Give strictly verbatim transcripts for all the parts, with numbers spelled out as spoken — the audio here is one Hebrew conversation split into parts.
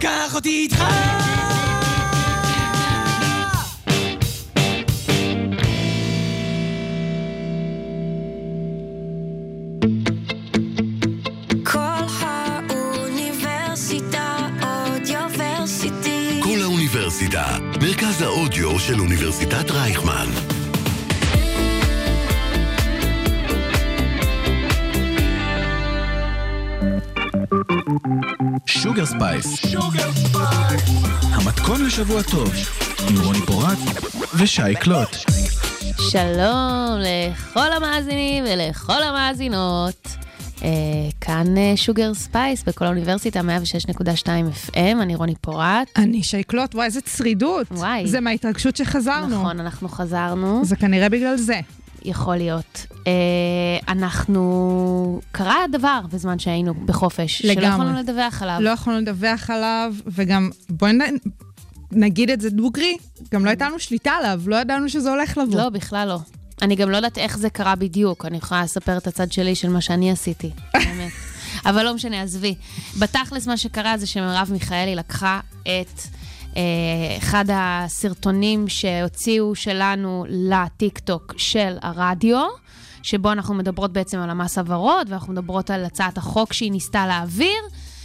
קח אותי איתך. כל האוניברסיטה אודיוורסיטי. כל האוניברסיטה, מרכז האודיו של אוניברסיטת רייכמן. שוגר ספייס, המתכון לשבוע טוב, עם רוני פורט ושי קלוט. שלום לכל המאזינים ולכל המאזינות. אה, כאן שוגר ספייס בכל האוניברסיטה מאה ושש נקודה שתיים אף אם. אני רוני פורט. אני שי קלוט. וואי, איזה צרידות. וואי. זה מההתרגשות שחזרנו. נכון, אנחנו חזרנו. זה כנראה בגלל זה. יכול להיות. אה, אנחנו... קרה דבר בזמן שהיינו בחופש. לגמרי. שלא יכולנו לדווח עליו. לא יכולנו לדווח עליו, וגם בואי נ... נגיד את זה דוגרי, גם לא הייתה לנו שליטה עליו, לא ידענו שזה הולך לבוא. לא, בכלל לא. אני גם לא יודעת איך זה קרה בדיוק. אני יכולה לספר את הצד שלי של מה שאני עשיתי. באמת. אבל לא משנה, עזבי. בתכלס מה שקרה זה שמרב מיכאלי לקחה את... אחד הסרטונים שהוציאו שלנו לטיק-טוק של הרדיו, שבו אנחנו מדברות בעצם על המס הוורוד, ואנחנו מדברות על הצעת החוק שהיא ניסתה להעביר,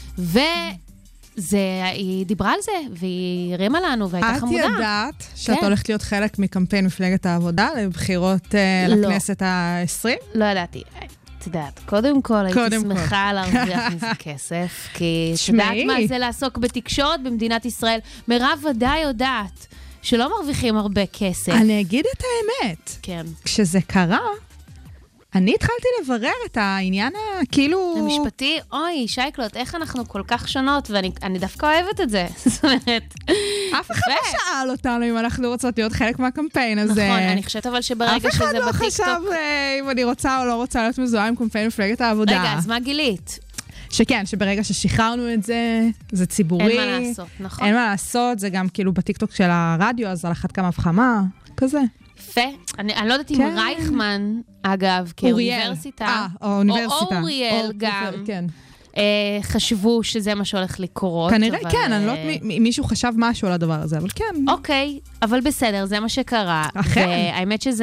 והיא דיברה על זה, והיא הרימה לנו, והייתה חמודה. את ידעת שאת הולכת להיות חלק מקמפיין מפלגת העבודה, לבחירות לכנסת ה-עשרים? לא ידעתי. את יודעת, קודם כל הייתי שמחה להרוויח מזה כסף, כי את יודעת מה זה לעסוק בתקשורת במדינת ישראל. מרב ודאי יודעת שלא מרוויחים הרבה כסף. אני אגיד את האמת. כן. כשזה קרה, אני התחלתי לברר את העניין כאילו... המשפטי, אוי, שייקלוט, איך אנחנו כל כך שונות, ואני דווקא אוהבת את זה. זאת אומרת... אף אחד לא שאל אותנו אם אנחנו רוצות להיות חלק מהקמפיין הזה. נכון, אני חושבת אבל שברגע שזה בטיקטוק... אף אחד לא חשב אם אני רוצה או לא רוצה להיות מזוהה עם קמפיין מפלגת העבודה. רגע, אז מה גילית? שכן, שברגע ששחררנו את זה, זה ציבורי. אין מה לעשות, נכון. אין מה לעשות, זה גם כאילו בטיקטוק של הרדיו, אז על אחת כמה וכמה, כזה. יפה. אני, אני לא יודעת אם רייכמן, אגב, כאוניברסיטה, אה, או אוניברסיטה. או אוריאל גם, כן. אה, חשבו שזה מה שהולך לקרות. כנראה אבל, כן, אני לא יודעת מישהו חשב משהו על הדבר הזה, אבל כן. אוקיי, אבל בסדר, זה מה שקרה. אכן. והאמת שזה...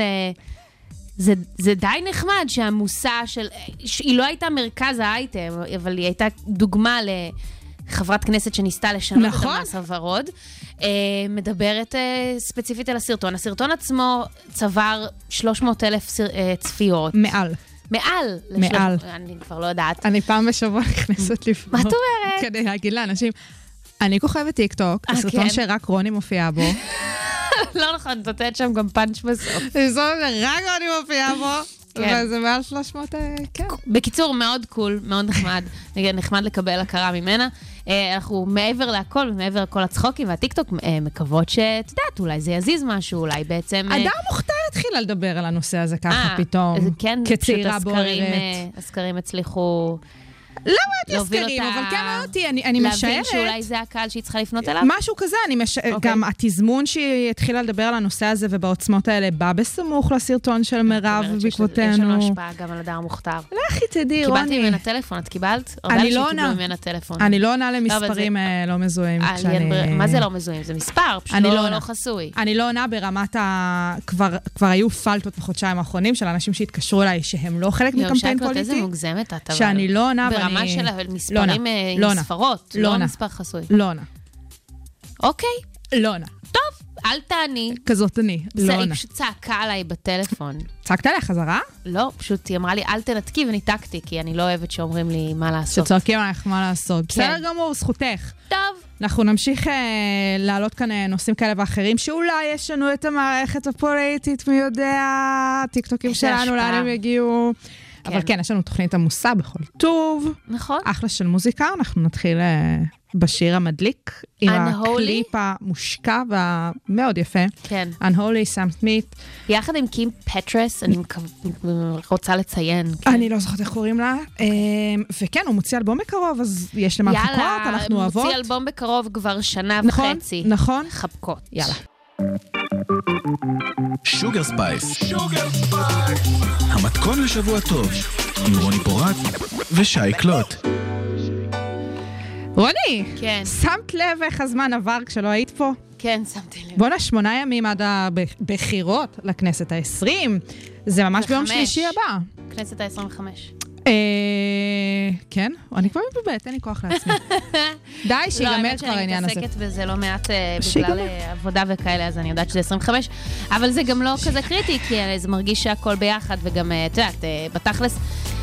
זה, זה די נחמד שהמושא של... היא לא הייתה מרכז האייטם, אבל היא הייתה דוגמה לחברת כנסת שניסתה לשנות נכון. את המס הוורוד. אה, מדברת אה, ספציפית על הסרטון. הסרטון עצמו צבר שלוש מאות אלף סר, אה, צפיות. מעל. מעל. מעל. לשלוש... אני כבר לא יודעת. אני פעם בשבוע נכנסת לפנות. מה את אומרת? כדי להגיד לאנשים, אני כוכבת טיק טוק, הסרטון כן. שרק רוני מופיעה בו. לא נכון, תוצאת שם גם פאנץ' בסוף. זה רק רוני מופיעה בו. וזה מעל שלוש מאות, כן. בקיצור, מאוד קול, מאוד נחמד. נחמד לקבל הכרה ממנה. אנחנו מעבר להכל, ומעבר לכל הצחוקים והטיקטוק, מקוות שאת יודעת, אולי זה יזיז משהו, אולי בעצם... אדם מוכתר התחילה לדבר על הנושא הזה ככה פתאום. כן, כצעירה בוערת. הסקרים הצליחו... לא ראיתי הסקרים, אבל כן ראיתי, אני משערת... להבין שאולי זה הקהל שהיא צריכה לפנות אליו? משהו כזה, גם התזמון שהיא התחילה לדבר על הנושא הזה ובעוצמות האלה, בא בסמוך לסרטון של מרב בעקבותינו. יש לנו השפעה גם על הדר מוכתר. לכי תדעי, רוני. קיבלתי ממנה טלפון, את קיבלת? אני לא עונה. טלפון. אני לא עונה למספרים לא מזוהים. מה זה לא מזוהים? זה מספר, פשוט לא חסוי. אני לא עונה ברמת ה... כבר היו פלטות בחודשיים האחרונים של אנשים שהתקשרו אליי שהם לא חלק מקמפיין פוליטי. איזה מוגזמת את, אבל... שאני לא עונה ברמה של מספרים עם ספרות, לא מספר חסוי. לא עונה. אוקיי. לא עונה. טוב, אל תעני. כזאת אני, לא עונה. היא פשוט צעקה עליי בטלפון. צעקת עליה חזרה? לא, פשוט היא אמרה לי, אל תנתקי, וניתקתי, כי אני לא אוהבת שאומרים לי מה לעשות. שצועקים עליך מה לעשות. בסדר גמור, זכותך. טוב. אנחנו נמשיך להעלות כאן נושאים כאלה ואחרים, שאולי יש לנו את המערכת הפוליטית, מי יודע, טיקטוקים שלנו, לאן הם יגיעו. אבל כן, יש לנו תוכנית עמוסה בכל טוב. נכון. אחלה של מוזיקה, אנחנו נתחיל בשיר המדליק, עם הקליפ המושקע והמאוד יפה. כן. Unholy, סם סמית. יחד עם קים פטרס, אני רוצה לציין. אני לא זוכרת איך קוראים לה. וכן, הוא מוציא אלבום בקרוב, אז יש למה לחכות, אנחנו אוהבות. יאללה, מוציא אלבום בקרוב כבר שנה וחצי. נכון. חבקות. יאללה. שוגר ספייס, המתכון לשבוע טוב, עם רוני פורט ושי קלוט. רוני, כן. שמת לב איך הזמן עבר כשלא היית פה? כן, שמתי לב. בוא'נה, שמונה ימים עד הבחירות לכנסת העשרים. זה ממש ביום שלישי הבא. כנסת ה-עשרים וחמש. אה... כן? אני כבר מבלבלת, אין לי כוח לעצמי. די, שיגמר כבר העניין הזה. לא, האמת שאני מתעסקת בזה לא מעט בגלל עבודה וכאלה, אז אני יודעת שזה עשרים וחמש, אבל זה גם לא כזה קריטי, כי זה מרגיש שהכל ביחד, וגם, את יודעת, בתכלס,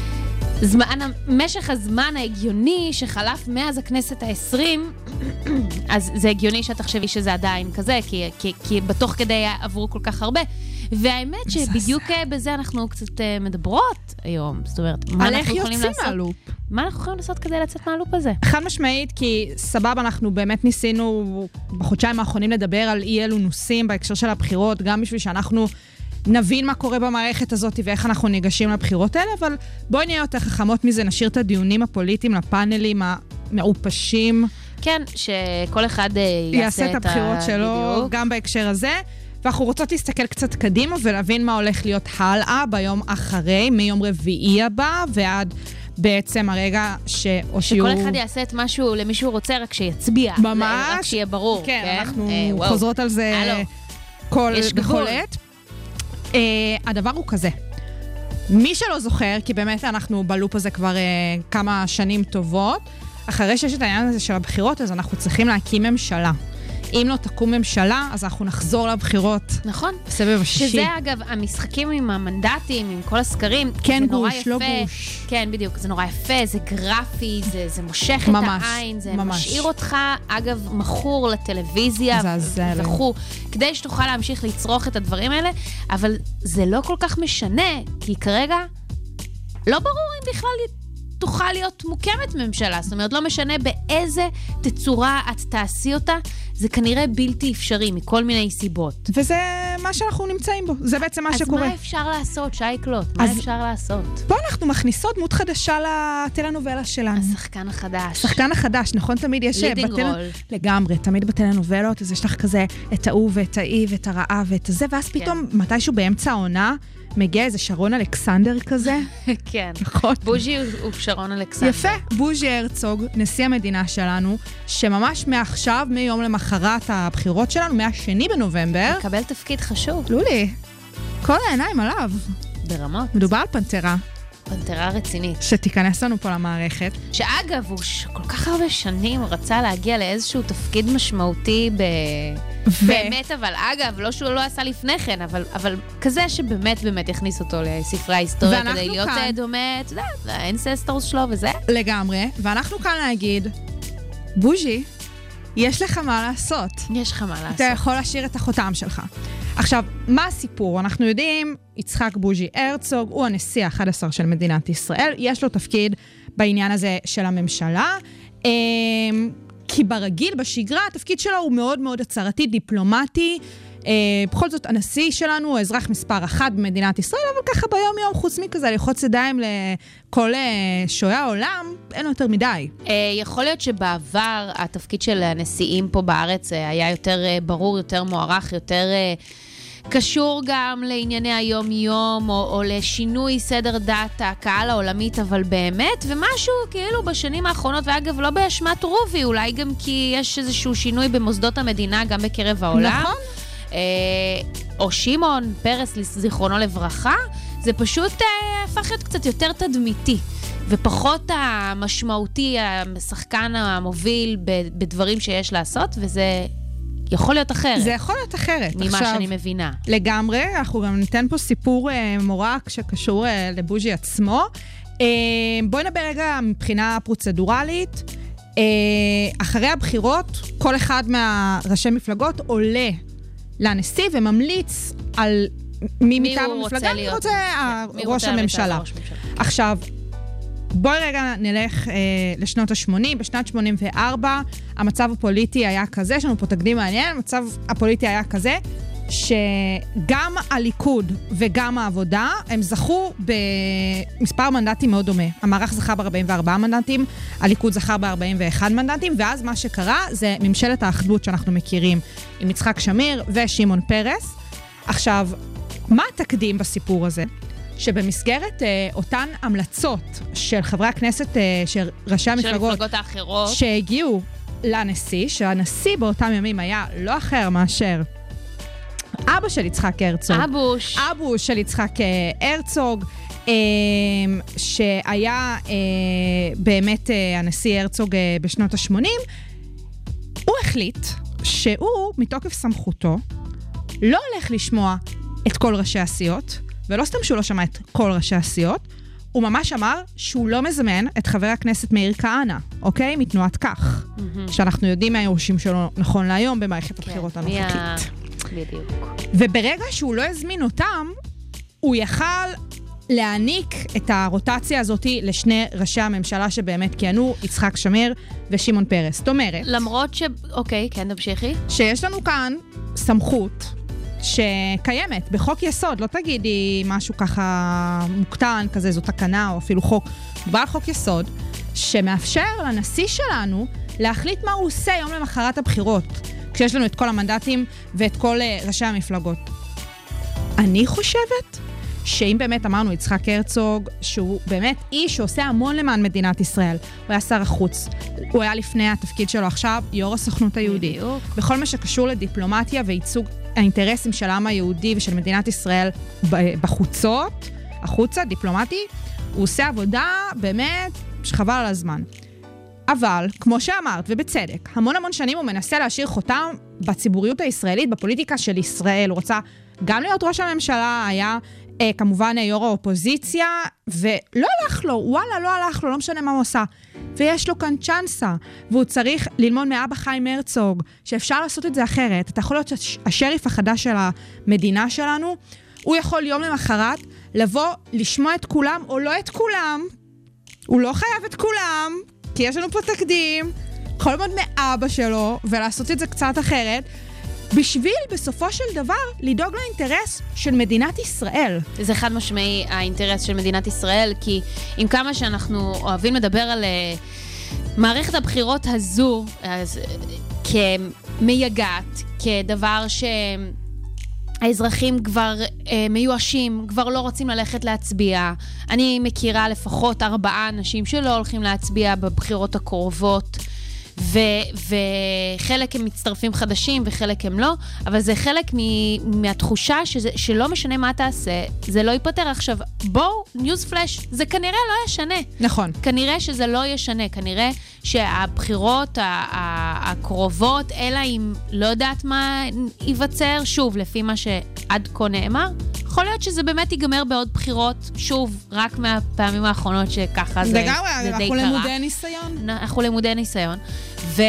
זמן, משך הזמן ההגיוני שחלף מאז הכנסת ה-עשרים, אז זה הגיוני שאת תחשבי שזה עדיין כזה, כי, כי, כי בתוך כדי עברו כל כך הרבה. והאמת שבדיוק בזה אנחנו קצת מדברות היום. זאת אומרת, מה אנחנו יכולים לעשות? מהלופ. מה אנחנו יכולים לעשות כדי לצאת מהלופ הזה? חד משמעית, כי סבב אנחנו באמת ניסינו בחודשיים האחרונים לדבר על אי אלו נושאים בהקשר של הבחירות, גם בשביל שאנחנו נבין מה קורה במערכת הזאת ואיך אנחנו ניגשים לבחירות האלה, אבל בואי נהיה יותר חכמות מזה, נשאיר את הדיונים הפוליטיים לפאנלים המעופשים. כן, שכל אחד יעשה את הבחירות שלו, גם בהקשר הזה. ואנחנו רוצות להסתכל קצת קדימה ולהבין מה הולך להיות הלאה ביום אחרי, מיום רביעי הבא ועד בעצם הרגע ש... שכל אחד יעשה את משהו למי שהוא רוצה, רק שיצביע. ממש. רק שיהיה ברור. כן, כן? אנחנו אה, חוזרות על זה כל בכל עת. Uh, הדבר הוא כזה. מי שלא זוכר, כי באמת אנחנו בלופ הזה כבר uh, כמה שנים טובות, אחרי שיש את העניין הזה של הבחירות, אז אנחנו צריכים להקים ממשלה. אם לא תקום ממשלה, אז אנחנו נחזור לבחירות. נכון. בסבב השישי. שזה אגב, המשחקים עם המנדטים, עם כל הסקרים, כן, זה נורא גוש, יפה. לא גוש. כן, בדיוק, זה נורא יפה, זה גרפי, זה, זה מושך ממש, את העין, זה ממש. משאיר אותך, אגב, מכור לטלוויזיה וכו', כדי שתוכל להמשיך לצרוך את הדברים האלה, אבל זה לא כל כך משנה, כי כרגע לא ברור אם בכלל תוכל להיות מוקמת ממשלה, זאת אומרת, לא משנה באיזה תצורה את תעשי אותה, זה כנראה בלתי אפשרי, מכל מיני סיבות. וזה מה שאנחנו נמצאים בו, זה בעצם מה שקורה. אז מה אפשר לעשות, שייקלוט? מה אפשר לעשות? פה אנחנו מכניסות דמות חדשה לטלנובלה שלנו. השחקן החדש. השחקן החדש, נכון? תמיד יש... לידינג רול. לגמרי, תמיד בטלנובלות, אז יש לך כזה את האו ואת האי ואת הרעה ואת הזה, ואז פתאום מתישהו באמצע העונה, מגיע איזה שרון אלכסנדר כזה. כן. נכון. בוז'י הוא שרון אלכסנדר. יפה. בוז'י הרצוג, נשיא המדינה שלנו, שממש מעכשיו, מיום למחרת הבחירות שלנו, מהשני בנובמבר, מקבל תפקיד חשוב. לולי, כל העיניים עליו. ברמות. מדובר על פנתרה. פנתרה רצינית. שתיכנס לנו פה למערכת. שאגב, הוא ש... כל כך הרבה שנים רצה להגיע לאיזשהו תפקיד משמעותי ב... ו... באמת, אבל אגב, לא שהוא לא עשה לפני כן, אבל, אבל כזה שבאמת באמת יכניס אותו לספרי ההיסטוריה, כדי להיות כאן... דומה, אתה יודע, האנססטורס שלו וזה. לגמרי, ואנחנו כאן להגיד, בוז'י, יש לך מה לעשות. יש לך מה לעשות. אתה יכול להשאיר את החותם שלך. עכשיו, מה הסיפור? אנחנו יודעים, יצחק בוז'י הרצוג, הוא הנשיא ה-אחד עשר של מדינת ישראל, יש לו תפקיד בעניין הזה של הממשלה, כי ברגיל, בשגרה, התפקיד שלו הוא מאוד מאוד הצהרתי, דיפלומטי, בכל זאת, הנשיא שלנו הוא אזרח מספר אחת במדינת ישראל, אבל ככה ביום יום, חוץ מכזה, ללחוץ ידיים לכל שועי העולם, אין לו יותר מדי. יכול להיות שבעבר התפקיד של הנשיאים פה בארץ היה יותר ברור, יותר מוערך, יותר קשור גם לענייני היום-יום, או, או לשינוי סדר דת הקהל העולמית, אבל באמת, ומשהו כאילו בשנים האחרונות, ואגב לא באשמת רובי, אולי גם כי יש איזשהו שינוי במוסדות המדינה, גם בקרב העולם. נכון. או שמעון פרס, זיכרונו לברכה, זה פשוט הפך להיות קצת יותר תדמיתי, ופחות המשמעותי, השחקן המוביל בדברים שיש לעשות, וזה יכול להיות אחרת. זה יכול להיות אחרת. ממה עכשיו, שאני מבינה. לגמרי, אנחנו גם ניתן פה סיפור מורק שקשור לבוז'י עצמו. בואי נדבר רגע מבחינה פרוצדורלית. אחרי הבחירות, כל אחד מהראשי מפלגות עולה לנשיא וממליץ על מי מטעם המפלגה, מי רוצה ראש הממשלה. עכשיו, בואי רגע נלך אה, לשנות ה-שמונים. בשנת שמונים וארבע המצב הפוליטי היה כזה, יש לנו פה תקדים מעניין, המצב הפוליטי היה כזה, שגם הליכוד וגם העבודה, הם זכו במספר מנדטים מאוד דומה. המערך זכה ב-ארבעים וארבעה מנדטים, הליכוד זכה ב-ארבעים ואחד מנדטים, ואז מה שקרה זה ממשלת האחדות שאנחנו מכירים, עם יצחק שמיר ושמעון פרס. עכשיו, מה התקדים בסיפור הזה? שבמסגרת אה, אותן המלצות של חברי הכנסת, אה, של ראשי המפלגות, של המפלגות האחרות, שהגיעו לנשיא, שהנשיא באותם ימים היה לא אחר מאשר אבא של יצחק הרצוג. אבוש. אבוש של יצחק הרצוג, שהיה באמת הנשיא הרצוג בשנות ה-שמונים, הוא החליט שהוא, מתוקף סמכותו, לא הולך לשמוע את כל ראשי הסיעות, ולא סתם שהוא לא שמע את כל ראשי הסיעות, הוא ממש אמר שהוא לא מזמן את חבר הכנסת מאיר כהנא, אוקיי? מתנועת כך. Mm-hmm. שאנחנו יודעים מה היורשים שלו נכון להיום במערכת כן, הבחירות הנוכחית. מיה... בדיוק. וברגע שהוא לא הזמין אותם, הוא יכל להעניק את הרוטציה הזאת לשני ראשי הממשלה שבאמת כיהנו, יצחק שמיר ושמעון פרס. זאת אומרת... למרות ש... אוקיי, כן, תמשיכי. שיש לנו כאן סמכות שקיימת בחוק יסוד, לא תגידי משהו ככה מוקטן, כזה זו תקנה או אפילו חוק, מדובר חוק יסוד, שמאפשר לנשיא שלנו להחליט מה הוא עושה יום למחרת הבחירות, כשיש לנו את כל המנדטים ואת כל ראשי המפלגות. אני חושבת שאם באמת אמרנו יצחק הרצוג, שהוא באמת איש שעושה המון למען מדינת ישראל, הוא היה שר החוץ, הוא היה לפני התפקיד שלו עכשיו, יו"ר הסוכנות היהודית. בכל מה שקשור לדיפלומטיה וייצוג האינטרסים של העם היהודי ושל מדינת ישראל בחוצות, החוצה, דיפלומטי, הוא עושה עבודה באמת שחבל על הזמן. אבל, כמו שאמרת, ובצדק, המון המון שנים הוא מנסה להשאיר חותם בציבוריות הישראלית, בפוליטיקה של ישראל. הוא רוצה גם להיות ראש הממשלה, היה אה, כמובן יו"ר האופוזיציה, ולא הלך לו, וואלה, לא הלך לו, לא משנה מה הוא עושה. ויש לו כאן צ'אנסה, והוא צריך ללמוד מאבא חיים הרצוג, שאפשר לעשות את זה אחרת. אתה יכול להיות השריף החדש של המדינה שלנו, הוא יכול יום למחרת לבוא, לשמוע את כולם, או לא את כולם, הוא לא חייב את כולם, כי יש לנו פה תקדים, יכול ללמוד מאבא שלו, ולעשות את זה קצת אחרת, בשביל בסופו של דבר לדאוג לאינטרס של מדינת ישראל. זה חד משמעי האינטרס של מדינת ישראל, כי עם כמה שאנחנו אוהבים לדבר על uh, מערכת הבחירות הזו, אז, uh, כמייגעת, כדבר ש... האזרחים כבר אה, מיואשים, כבר לא רוצים ללכת להצביע. אני מכירה לפחות ארבעה אנשים שלא הולכים להצביע בבחירות הקרובות, ו- וחלק הם מצטרפים חדשים וחלק הם לא, אבל זה חלק מ- מהתחושה שזה, שלא משנה מה תעשה, זה לא ייפטר. עכשיו, בואו, ניוז פלאש, זה כנראה לא ישנה. נכון. כנראה שזה לא ישנה, כנראה שהבחירות הקרובות, אלא אם לא יודעת מה ייווצר, שוב, לפי מה שעד כה נאמר, יכול להיות שזה באמת ייגמר בעוד בחירות, שוב, רק מהפעמים האחרונות שככה זה, זה די קרה. אנחנו למודי ניסיון. אנחנו למודי ניסיון. ו...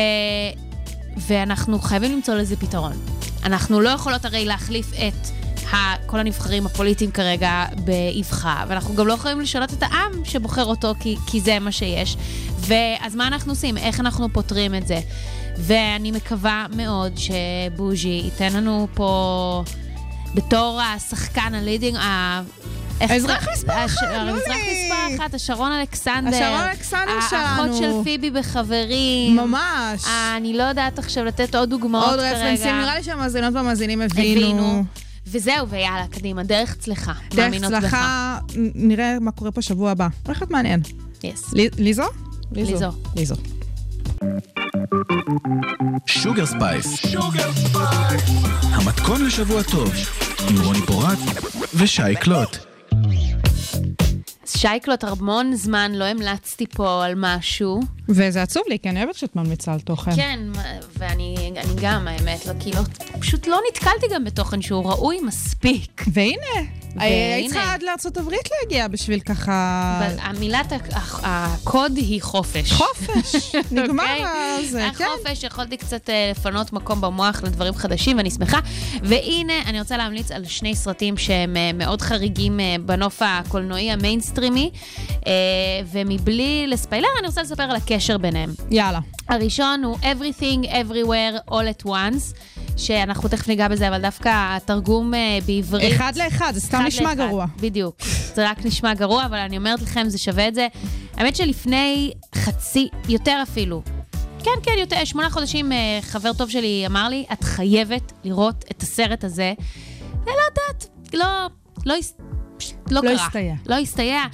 ואנחנו חייבים למצוא לזה פתרון. אנחנו לא יכולות הרי להחליף את כל הנבחרים הפוליטיים כרגע באבחה, ואנחנו גם לא יכולים לשנות את העם שבוחר אותו, כי, כי זה מה שיש. ואז מה אנחנו עושים? איך אנחנו פותרים את זה? ואני מקווה מאוד שבוז'י ייתן לנו פה בתור השחקן הלידינג, אזרח מספר אחת, אזרח מספר אחת, השרון אלכסנדר. השרון אלכסנדר שלנו. האחות של פיבי בחברים. ממש. אני לא יודעת עכשיו לתת עוד דוגמאות כרגע. עוד רפרנסים, נראה לי שהמאזינות והמאזינים הבינו. וזהו, ויאללה, קדימה, דרך צלחה. דרך צלחה, נראה מה קורה פה שבוע הבא. הולכת מעניין. יס. ליזו? ליזו. ליזו. שוגר ספייס. המתכון לשבוע טוב. עם רוני פורט ושי קלוט. שי קלוט, המון זמן לא המלצתי פה על משהו. וזה עצוב לי, כי אני אוהבת שאת ממליצה על תוכן. כן, ואני אני גם, האמת, לא, כאילו, פשוט לא נתקלתי גם בתוכן שהוא ראוי מספיק. והנה, היית צריכה עד לארצות הברית להגיע בשביל ככה... המילת הקוד היא חופש. חופש, נגמר זה, כן. החופש, יכולתי קצת לפנות מקום במוח לדברים חדשים, ואני שמחה. והנה, אני רוצה להמליץ על שני סרטים שהם מאוד חריגים בנוף הקולנועי המיינסטרימי, ומבלי לספיילר, אני רוצה לספר על הקשר ביניהם. יאללה. הראשון הוא Everything, Everywhere, All at Once, שאנחנו תכף ניגע בזה, אבל דווקא התרגום בעברית... אחד לאחד, זה סתם נשמע גרוע. בדיוק, זה רק נשמע גרוע, אבל אני אומרת לכם, זה שווה את זה. האמת שלפני חצי, יותר אפילו, כן, כן, יותר, שמונה חודשים חבר טוב שלי אמר לי, את חייבת לראות את הסרט הזה. אני לא יודעת, לא, לא, לא קרה. לא הסתייע. לא הסתייע.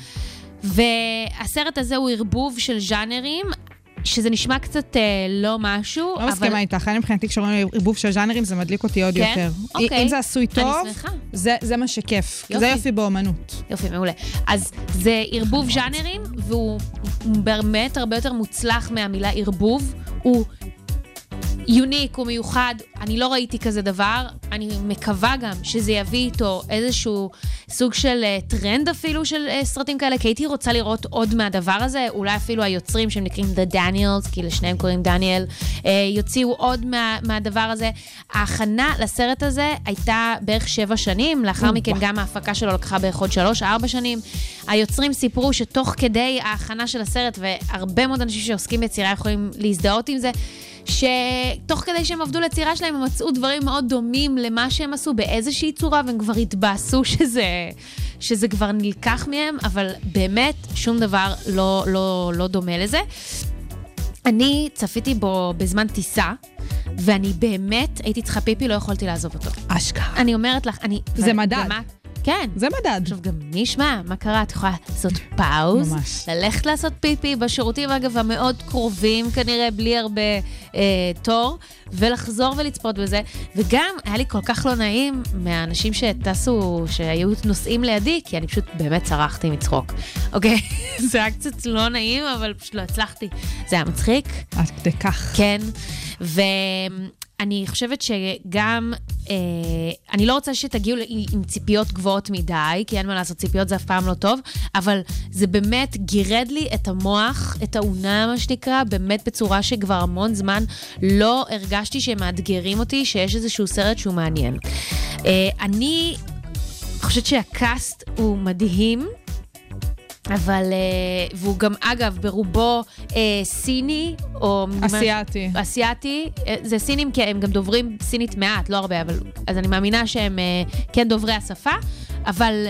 והסרט הזה הוא ערבוב של ז'אנרים, שזה נשמע קצת אה, לא משהו, לא מסכימה איתך, אני מבחינתי כשרואים ערבוב של ז'אנרים, זה מדליק אותי עוד כן? יותר. אוקיי. אם זה עשוי טוב, אני שמחה. זה, זה מה שכיף. יופי. זה יופי באומנות. יופי, מעולה. אז זה ערבוב ז'אנרים, והוא באמת הרבה יותר מוצלח מהמילה ערבוב. הוא יוניק, הוא מיוחד, אני לא ראיתי כזה דבר, אני מקווה גם שזה יביא איתו איזשהו סוג של uh, טרנד אפילו של uh, סרטים כאלה, כי הייתי רוצה לראות עוד מהדבר הזה, אולי אפילו היוצרים שהם נקראים The Daniels, כי לשניהם קוראים דניאל, uh, יוציאו עוד מה, מהדבר הזה. ההכנה לסרט הזה הייתה בערך שבע שנים, לאחר מכן גם ההפקה שלו לקחה בערך עוד שלוש, ארבע שנים. היוצרים סיפרו שתוך כדי ההכנה של הסרט, והרבה מאוד אנשים שעוסקים ביצירה יכולים להזדהות עם זה, שתוך כדי שהם עבדו לצירה שלהם, הם מצאו דברים מאוד דומים למה שהם עשו באיזושהי צורה, והם כבר התבאסו שזה, שזה כבר נלקח מהם, אבל באמת שום דבר לא, לא, לא דומה לזה. אני צפיתי בו בזמן טיסה, ואני באמת הייתי צריכה פיפי, לא יכולתי לעזוב אותו. אשכרה. אני אומרת לך, אני... זה מדד. ומה, כן. זה מדד. עכשיו גם נשמע, מה קרה? את יכולה לעשות פאוז, ממש. ללכת לעשות פיפי בשירותים, אגב, המאוד קרובים, כנראה בלי הרבה אה, תור, ולחזור ולצפות בזה. וגם היה לי כל כך לא נעים מהאנשים שטסו, שהיו נוסעים לידי, כי אני פשוט באמת צרחתי מצחוק. אוקיי? זה היה קצת לא נעים, אבל פשוט לא הצלחתי. זה היה מצחיק. עד כדי כך. כן. ו... אני חושבת שגם, אה, אני לא רוצה שתגיעו עם ציפיות גבוהות מדי, כי אין מה לעשות, ציפיות זה אף פעם לא טוב, אבל זה באמת גירד לי את המוח, את העונה, מה שנקרא, באמת בצורה שכבר המון זמן לא הרגשתי שהם מאתגרים אותי, שיש איזשהו סרט שהוא מעניין. אה, אני חושבת שהקאסט הוא מדהים, אבל, והוא גם, אגב, ברובו סיני, או... אסיאתי. אסיאתי. זה סינים, כי הם גם דוברים סינית מעט, לא הרבה, אבל... אז אני מאמינה שהם כן דוברי השפה, אבל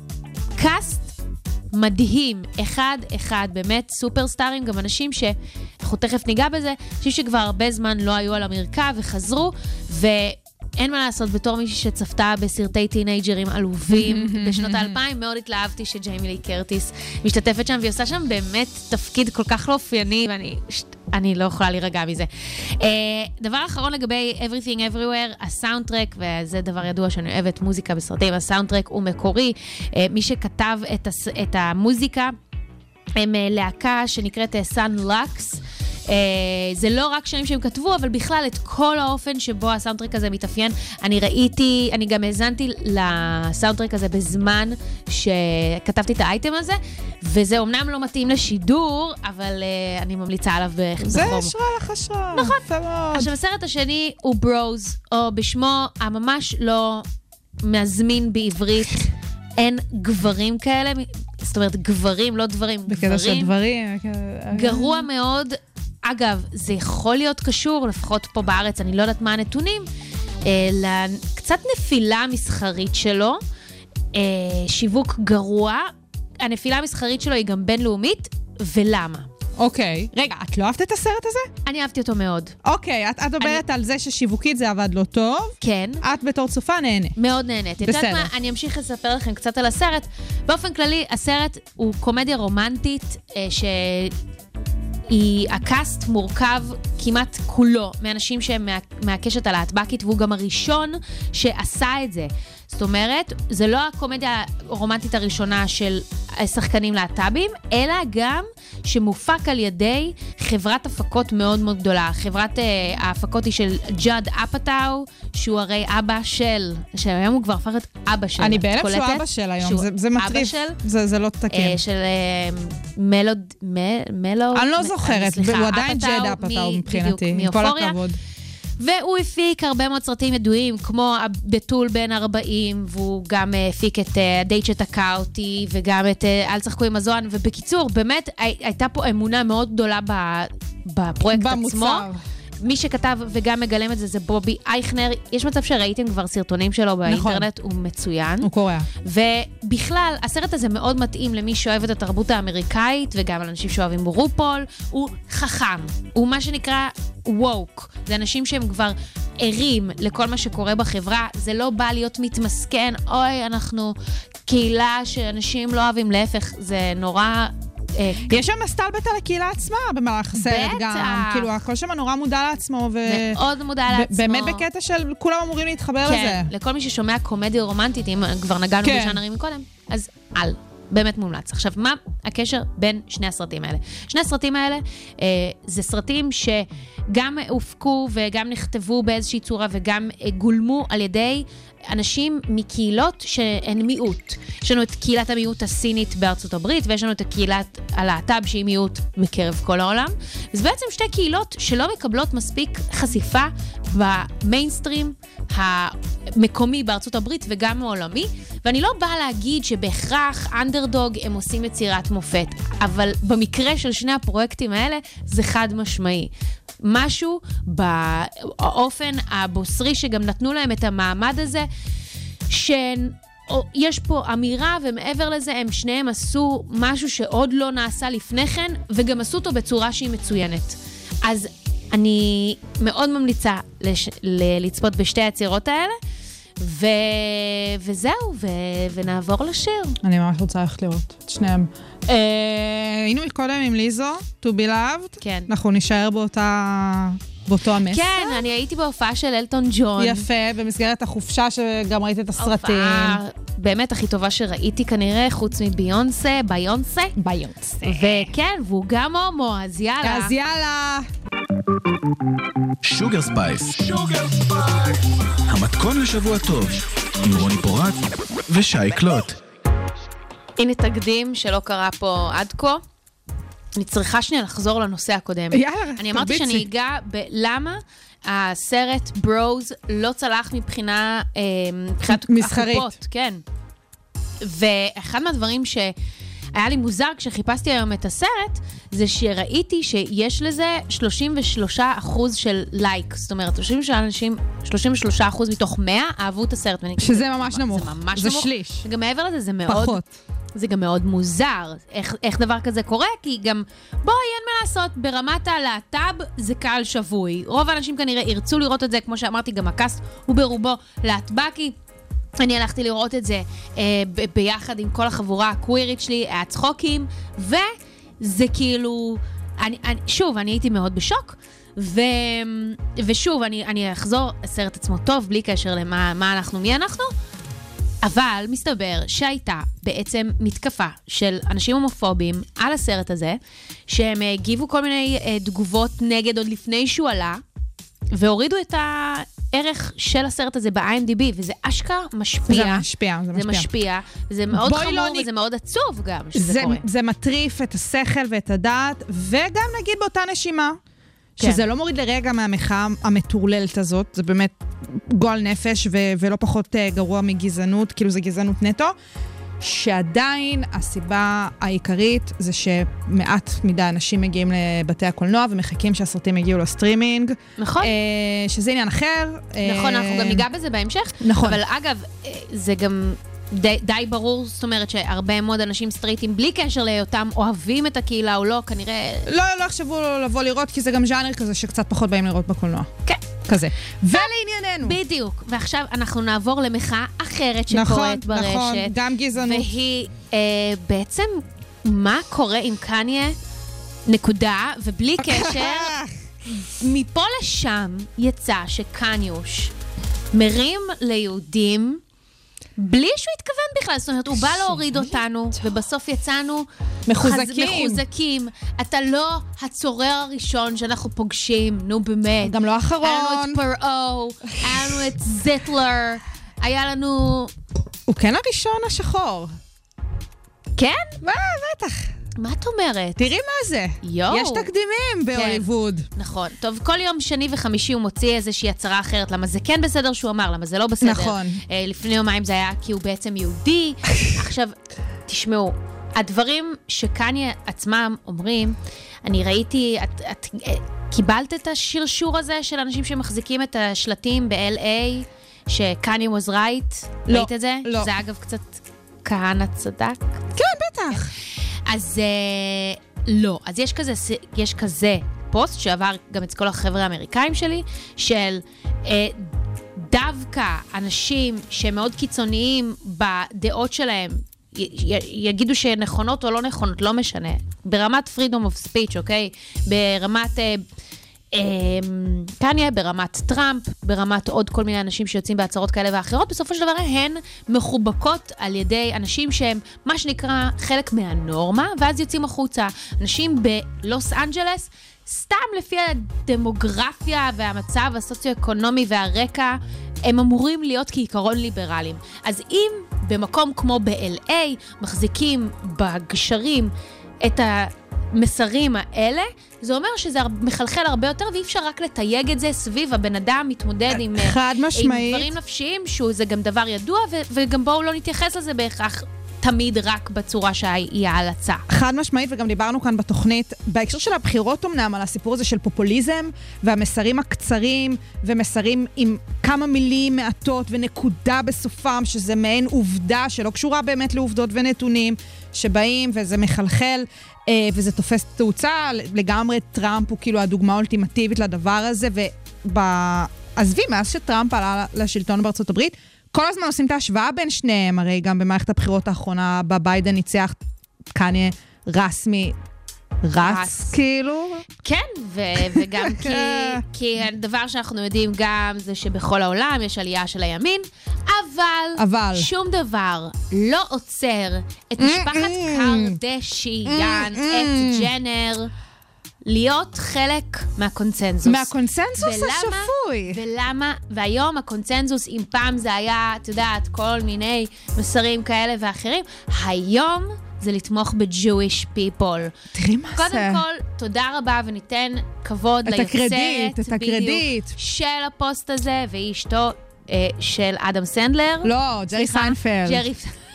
קאסט מדהים, אחד, אחד, באמת סופרסטארים, גם אנשים שאנחנו תכף ניגע בזה, אנשים שכבר הרבה זמן לא היו על המרקע וחזרו, ו... אין מה לעשות, בתור מישהי שצפתה בסרטי טינאג'רים עלובים בשנות האלפיים, מאוד התלהבתי שג'יימי לי קרטיס משתתפת שם, והיא עושה שם באמת תפקיד כל כך לא אופייני, ואני אני לא יכולה להירגע מזה. Uh, דבר אחרון לגבי Everything Everywhere, הסאונדטרק, וזה דבר ידוע שאני אוהבת מוזיקה בסרטים, הסאונדטרק הוא מקורי, uh, מי שכתב את, הס, את המוזיקה, הם uh, להקה שנקראת סאן uh, לקס, Uh, זה לא רק שנים שהם כתבו, אבל בכלל את כל האופן שבו הסאונדטרק הזה מתאפיין. אני ראיתי, אני גם הזנתי לסאונדטרק הזה בזמן שכתבתי את האייטם הזה, וזה אומנם לא מתאים לשידור, אבל uh, אני ממליצה עליו בחום. זה אשרה לך אשרה. נכון. עכשיו, הסרט השני הוא ברוז, או בשמו הממש לא מזמין בעברית, אין גברים כאלה, זאת אומרת גברים, לא דברים, גברים. בקטע של דברים. גרוע מאוד. אגב, זה יכול להיות קשור, לפחות פה בארץ, אני לא יודעת מה הנתונים, אה, לקצת נפילה מסחרית שלו, אה, שיווק גרוע, הנפילה המסחרית שלו היא גם בינלאומית, ולמה? אוקיי. רגע, את לא אהבת את הסרט הזה? אני אהבתי אותו מאוד. אוקיי, את, את אומרת אני... על זה ששיווקית זה עבד לא טוב. כן. את בתור צופה נהנה. מאוד נהנית. בסדר. מה, אני אמשיך לספר לכם קצת על הסרט. באופן כללי, הסרט הוא קומדיה רומנטית, אה, ש... היא, הקאסט מורכב כמעט כולו מאנשים שהם מה, מהקשת הלהטבקית, והוא גם הראשון שעשה את זה. זאת אומרת, זה לא הקומדיה הרומנטית הראשונה של שחקנים להט"בים, אלא גם שמופק על ידי חברת הפקות מאוד מאוד גדולה. חברת uh, ההפקות היא של ג'אד אפאטאו, שהוא הרי אבא של, שהיום הוא כבר הפך את אבא של. אני בהלב שהוא אבא של היום, זה, זה מטריף, זה, זה לא תקן. Uh, של uh, מלוד, מ, מלו... אני לא זוכרת, סליחה, הוא עדיין ג'אד אפאטאו מבחינתי, עם כל הכבוד. והוא הפיק הרבה מאוד סרטים ידועים, כמו בתול בן ארבעים, והוא גם הפיק את הדייט שתקע אותי, וגם את אל צחקו עם הזוהן, ובקיצור, באמת הייתה פה אמונה מאוד גדולה בפרויקט עצמו. מי שכתב וגם מגלם את זה, זה בובי אייכנר. יש מצב שראיתם כבר סרטונים שלו באינטרנט, הוא מצוין. הוא קורא. ובכלל, הסרט הזה מאוד מתאים למי שאוהב את התרבות האמריקאית, וגם לאנשים שאוהבים רופול. הוא חכם. הוא מה שנקרא ווק. זה אנשים שהם כבר ערים לכל מה שקורה בחברה. זה לא בא להיות מתמסכן. אוי, אנחנו קהילה שאנשים לא אוהבים, להפך, זה נורא... יש שם מסתלבט על הקהילה עצמה במהלך הסרט גם. כאילו, הכל שם נורא מודע לעצמו. מאוד מודע לעצמו. באמת בקטע של כולם אמורים להתחבר לזה. כן, לכל מי ששומע קומדיה רומנטית, אם כבר נגענו בז'אנרים מקודם, אז על. באמת מומלץ. עכשיו, מה הקשר בין שני הסרטים האלה? שני הסרטים האלה אה, זה סרטים שגם הופקו וגם נכתבו באיזושהי צורה וגם אה, גולמו על ידי אנשים מקהילות שהן מיעוט. יש לנו את קהילת המיעוט הסינית בארצות הברית, ויש לנו את הקהילת הלהט"ב שהיא מיעוט מקרב כל העולם. זה בעצם שתי קהילות שלא מקבלות מספיק חשיפה במיינסטרים המקומי בארצות הברית וגם העולמי, ואני לא באה להגיד שבהכרח אנדרדוג הם עושים יצירת מופת, אבל במקרה של שני הפרויקטים האלה זה חד משמעי. משהו באופן הבוסרי שגם נתנו להם את המעמד הזה, שיש פה אמירה, ומעבר לזה הם שניהם עשו משהו שעוד לא נעשה לפני כן, וגם עשו אותו בצורה שהיא מצוינת. אז אני מאוד ממליצה לש... ל... לצפות בשתי היצירות האלה, ו... וזהו, ו... ונעבור לשיר. אני ממש רוצה ללכת לראות את שניהם. אה, היינו קודם עם ליזו, To Be Loved. כן. אנחנו נשאר באותה... באותו המסר. כן, אני הייתי בהופעה של אלטון ג'ון. יפה, במסגרת החופשה שגם ראיתי את הסרטים. הופעה באמת הכי טובה שראיתי כנראה, חוץ מביונסה, ביונסה. ביונסה. וכן, והוא גם הומו, אז יאללה. אז יאללה. שוגר ספייס. המתכון לשבוע טוב, עם רוני פורט ושי קלוט. הנה תקדים שלא קרה פה עד כה. אני צריכה שנייה לחזור לנושא הקודם. יאללה, אני אמרתי שאני אגע בלמה הסרט ברוז לא צלח מבחינה מבחינת מסחרית. הקופות, כן. ואחד מהדברים שהיה לי מוזר כשחיפשתי היום את הסרט, זה שראיתי שיש לזה שלושים ושלושה אחוז של לייק. זאת אומרת, שלושים ושלושה אחוז מתוך מאה אהבו את הסרט. שזה ממש נמוך. זה ממש זה נמוך. שליש. וגם מעבר לזה, זה מאוד... פחות. זה גם מאוד מוזר, איך, איך דבר כזה קורה, כי גם, בואי, אין מה לעשות, ברמת הלהט"ב זה קהל שבוי. רוב האנשים כנראה ירצו לראות את זה, כמו שאמרתי, גם הקאסט הוא ברובו להטבקי. אני הלכתי לראות את זה אה, ב- ביחד עם כל החבורה הקווירית שלי, היה צחוקים, וזה כאילו, אני, אני, שוב, אני הייתי מאוד בשוק, ו, ושוב, אני, אני אחזור, הסרט עצמו טוב, בלי קשר למה מה אנחנו, מי אנחנו, אבל מסתבר שהייתה בעצם מתקפה של אנשים הומופובים על הסרט הזה, שהם הגיבו כל מיני תגובות נגד עוד לפני שהוא עלה, והורידו את הערך של הסרט הזה ב-איי אם די בי, וזה אשכרה משפיע. זה משפיע, זה משפיע. זה משפיע, וזה מאוד חמור, לא וזה נ... מאוד עצוב גם שזה זה, קורה. זה מטריף את השכל ואת הדעת, וגם נגיד באותה נשימה, כן. שזה לא מוריד לרגע מהמחאה המטורללת הזאת, זה באמת גועל נפש ו- ולא פחות uh, גרוע מגזענות, כאילו זה גזענות נטו, שעדיין הסיבה העיקרית זה שמעט מדי אנשים מגיעים לבתי הקולנוע ומחכים שהסרטים יגיעו לסטרימינג. נכון. Uh, שזה עניין אחר. נכון, uh, אנחנו גם ניגע בזה בהמשך. נכון. אבל אגב, זה גם... די, די ברור, זאת אומרת שהרבה מאוד אנשים סטרייטים בלי קשר להיותם אוהבים את הקהילה או לא, כנראה... לא, לא יחשבו לבוא לראות, כי זה גם ז'אנר כזה שקצת פחות באים לראות בקולנוע. כן. כזה. ולענייננו. בדיוק. ועכשיו אנחנו נעבור למחאה אחרת שקורית נכון, ברשת. נכון, גם גזענות. והיא אה, בעצם מה קורה עם קניה, נקודה, ובלי קשר, מפה לשם יצא שקניוש מרים ליהודים, בלי שהוא התכוון בכלל, זאת אומרת, הוא בא להוריד אותנו, ובסוף יצאנו מחוזקים. מחוזקים. אתה לא הצורר הראשון שאנחנו פוגשים, נו באמת. גם לא האחרון. היה לנו את פרעו, היה לנו את זיטלר, היה לנו... הוא כן הראשון השחור. כן? מה, בטח. מה את אומרת? תראי מה זה. יו. יש תקדימים בהוליווד. כן, נכון. טוב, כל יום שני וחמישי הוא מוציא איזושהי הצהרה אחרת, למה זה כן בסדר שהוא אמר, למה זה לא בסדר. נכון. אה, לפני יומיים זה היה כי הוא בעצם יהודי. עכשיו, תשמעו, הדברים שקניה עצמם אומרים, אני ראיתי, את, את, את קיבלת את השרשור הזה של אנשים שמחזיקים את השלטים ב-אל איי, שקניה was right? לא. ראית את זה? לא. זה אגב קצת כהנא צדק. כן, בטח. אז uh, לא, אז יש כזה, יש כזה פוסט שעבר גם את כל החבר'ה האמריקאים שלי, של uh, דווקא אנשים שהם מאוד קיצוניים בדעות שלהם, י- י- יגידו שנכונות או לא נכונות, לא משנה. ברמת freedom of speech, אוקיי? ברמת אה, אה, קניה, ברמת טראמפ, ברמת עוד כל מיני אנשים שיוצאים בהצהרות כאלה ואחרות, בסופו של דבר הן מחובקות על ידי אנשים שהם מה שנקרא חלק מהנורמה, ואז יוצאים החוצה. אנשים בלוס אנג'לס, סתם לפי הדמוגרפיה והמצב הסוציו-אקונומי והרקע, הם אמורים להיות כעיקרון ליברליים. אז אם במקום כמו ב-אל איי מחזיקים בגשרים את המסרים האלה, זה אומר שזה מחלחל הרבה יותר, ואי אפשר רק לתייג את זה סביב הבן אדם מתמודד עם, עם דברים נפשיים, שזה גם דבר ידוע, ו- וגם בואו לא נתייחס לזה בהכרח תמיד רק בצורה שהיא ההלצה. חד משמעית, וגם דיברנו כאן בתוכנית, בהקשר של הבחירות אמנם, על הסיפור הזה של פופוליזם, והמסרים הקצרים, ומסרים עם כמה מילים מעטות, ונקודה בסופם, שזה מעין עובדה שלא קשורה באמת לעובדות ונתונים, שבאים וזה מחלחל, וזה תופס תאוצה, לגמרי טראמפ הוא כאילו הדוגמה האולטימטיבית לדבר הזה, ועזבי, מאז שטראמפ עלה לשלטון בארצות הברית, כל הזמן עושים את ההשוואה בין שניהם, הרי גם במערכת הבחירות האחרונה, בביידן ניצח קניה רסמי, רץ, רץ. כאילו. כן, ו- וגם כי, כי הדבר שאנחנו יודעים גם זה שבכל העולם יש עלייה של הימין, אבל, אבל. שום דבר לא עוצר את משפחת קרדשיאן, את ג'נר, להיות חלק מהקונצנזוס. מהקונצנזוס השפוי. ולמה? והיום הקונצנזוס, אם פעם זה היה, את יודעת, כל מיני מסרים כאלה ואחרים, היום זה לתמוך ב-Jewish people. תראי מה זה. קודם כל, תודה רבה וניתן כבוד את ליוצרת. הקרדיט, את הקרדיט. של הפוסט הזה, והיא אשתו אה, של אדם סנדלר. לא, ג'רי סיינפלד. ג'רי...